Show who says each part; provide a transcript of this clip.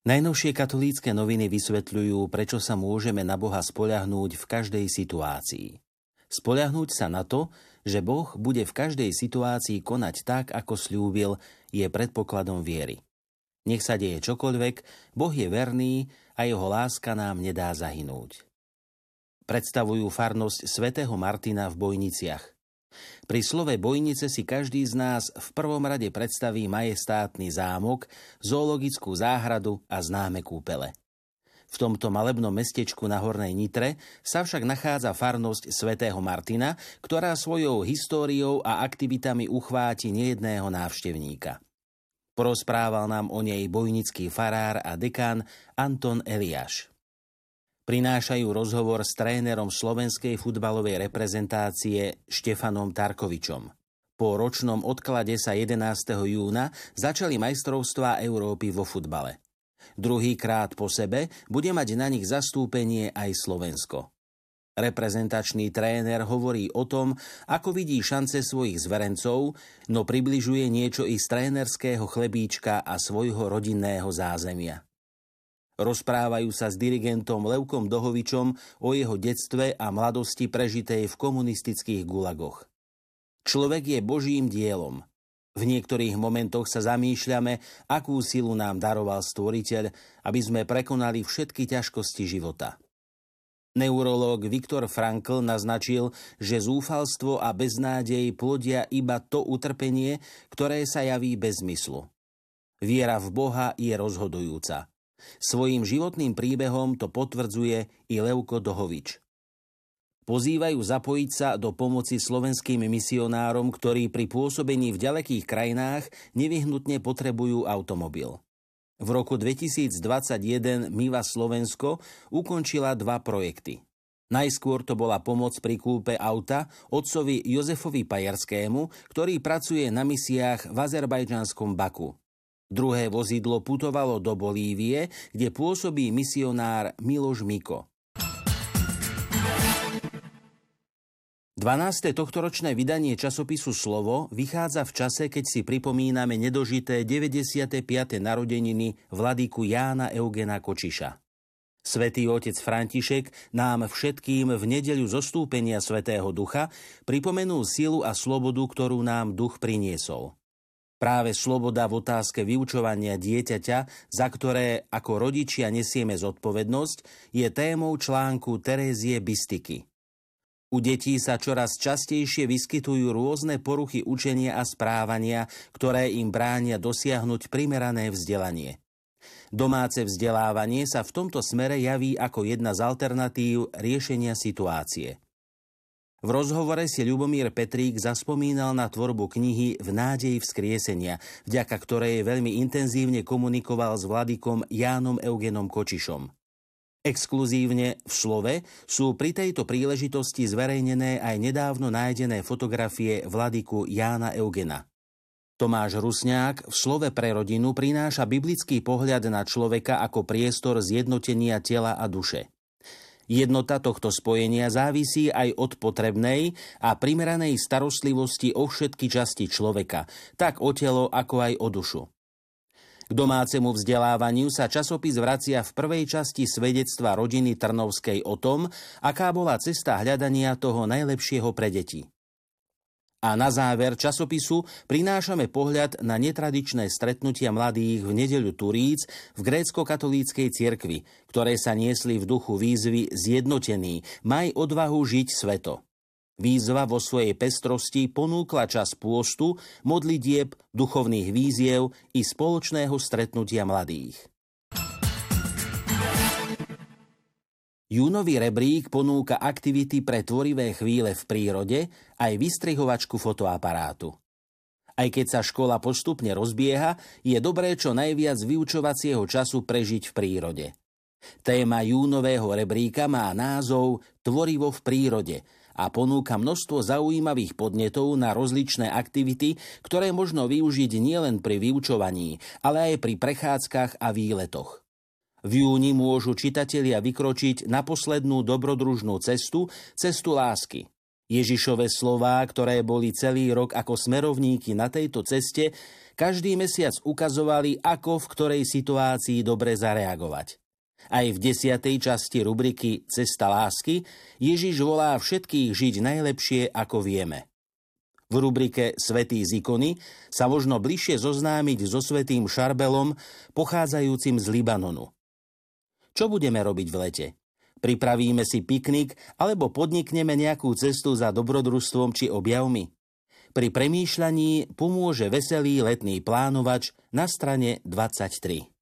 Speaker 1: Najnovšie katolícke noviny vysvetľujú, prečo sa môžeme na Boha spoľahnúť v každej situácii. Spoľahnúť sa na to, že Boh bude v každej situácii konať tak, ako sľúbil, je predpokladom viery. Nech sa deje čokoľvek, Boh je verný a jeho láska nám nedá zahynúť. Predstavujú farnosť svätého Martina v Bojniciach. Pri slove Bojnice si každý z nás v prvom rade predstaví majestátny zámok, zoologickú záhradu a známe kúpele. V tomto malebnom mestečku na Hornej Nitre sa však nachádza farnosť svätého Martina, ktorá svojou históriou a aktivitami uchváti nejedného návštevníka. Porozprával nám o nej bojnický farár a dekán Anton Eliáš. Prinášajú rozhovor s trénerom slovenskej futbalovej reprezentácie Štefanom Tarkovičom. Po ročnom odklade sa 11. júna začali majstrovstvá Európy vo futbale. Druhýkrát po sebe bude mať na nich zastúpenie aj Slovensko. Reprezentačný tréner hovorí o tom, ako vidí šance svojich zverencov, no približuje niečo i z trénerského chlebíčka a svojho rodinného zázemia. Rozprávajú sa s dirigentom Levkom Dohovičom o jeho detstve a mladosti prežitej v komunistických gulagoch. Človek je Božím dielom. V niektorých momentoch sa zamýšľame, akú silu nám daroval Stvoriteľ, aby sme prekonali všetky ťažkosti života. Neurológ Viktor Frankl naznačil, že zúfalstvo a beznádej plodia iba to utrpenie, ktoré sa javí bez zmyslu. Viera v Boha je rozhodujúca. Svojím životným príbehom to potvrdzuje i Levko Dohovič. Pozývajú zapojiť sa do pomoci slovenským misionárom, ktorí pri pôsobení v ďalekých krajinách nevyhnutne potrebujú automobil. V roku 2021 Miva Slovensko ukončila 2 projekty. Najskôr to bola pomoc pri kúpe auta otcovi Jozefovi Pajarskému, ktorý pracuje na misiách v azerbajdžanskom Baku. Druhé vozidlo putovalo do Bolívie, kde pôsobí misionár Miloš Miko. 12. tohtoročné vydanie časopisu Slovo vychádza v čase, keď si pripomíname nedožité 95. narodeniny vladyku Jána Eugena Kočiša. Svätý otec František nám všetkým v nedeľu zostúpenia Svätého Ducha pripomenul silu a slobodu, ktorú nám Duch priniesol. Práve sloboda v otázke vyučovania dieťaťa, za ktoré ako rodičia nesieme zodpovednosť, je témou článku Terézie Bystyky. U detí sa čoraz častejšie vyskytujú rôzne poruchy učenia a správania, ktoré im bránia dosiahnuť primerané vzdelanie. Domáce vzdelávanie sa v tomto smere javí ako jedna z alternatív riešenia situácie. V rozhovore si Ľubomír Petrík zaspomínal na tvorbu knihy V nádeji vzkriesenia, vďaka ktorej veľmi intenzívne komunikoval s vladykom Jánom Eugenom Kočišom. Exkluzívne v Slove sú pri tejto príležitosti zverejnené aj nedávno nájdené fotografie vladyku Jána Eugena. Tomáš Rusňák v Slove pre rodinu prináša biblický pohľad na človeka ako priestor zjednotenia tela a duše. Jednota tohto spojenia závisí aj od potrebnej a primeranej starostlivosti o všetky časti človeka, tak o telo, ako aj o dušu. K domácemu vzdelávaniu sa časopis vracia v prvej časti svedectva rodiny Trnovskej o tom, aká bola cesta hľadania toho najlepšieho pre deti. A na záver časopisu prinášame pohľad na netradičné stretnutia mladých v nedeľu Turíc v grécko-katolíckej cirkvi, ktoré sa niesli v duchu výzvy Zjednotený, maj odvahu žiť sveto. Výzva vo svojej pestrosti ponúkla čas pôstu, modlitieb, duchovných víziev i spoločného stretnutia mladých. Júnový rebrík ponúka aktivity pre tvorivé chvíle v prírode aj vystrihovačku fotoaparátu. Aj keď sa škola postupne rozbieha, je dobré čo najviac vyučovacieho času prežiť v prírode. Téma júnového rebríka má názov Tvorivo v prírode a ponúka množstvo zaujímavých podnetov na rozličné aktivity, ktoré možno využiť nielen pri vyučovaní, ale aj pri prechádzkach a výletoch. V júni môžu čitatelia vykročiť na poslednú dobrodružnú cestu, cestu lásky. Ježišove slová, ktoré boli celý rok ako smerovníky na tejto ceste, každý mesiac ukazovali, ako v ktorej situácii dobre zareagovať. Aj v 10. časti rubriky Cesta lásky Ježiš volá všetkých žiť najlepšie, ako vieme. V rubrike Svätý z ikony sa možno bližšie zoznámiť so svätým Šarbelom, pochádzajúcim z Libanonu. Čo budeme robiť v lete? Pripravíme si piknik alebo podnikneme nejakú cestu za dobrodružstvom či objavmi? Pri premýšľaní pomôže veselý letný plánovač na strane 23.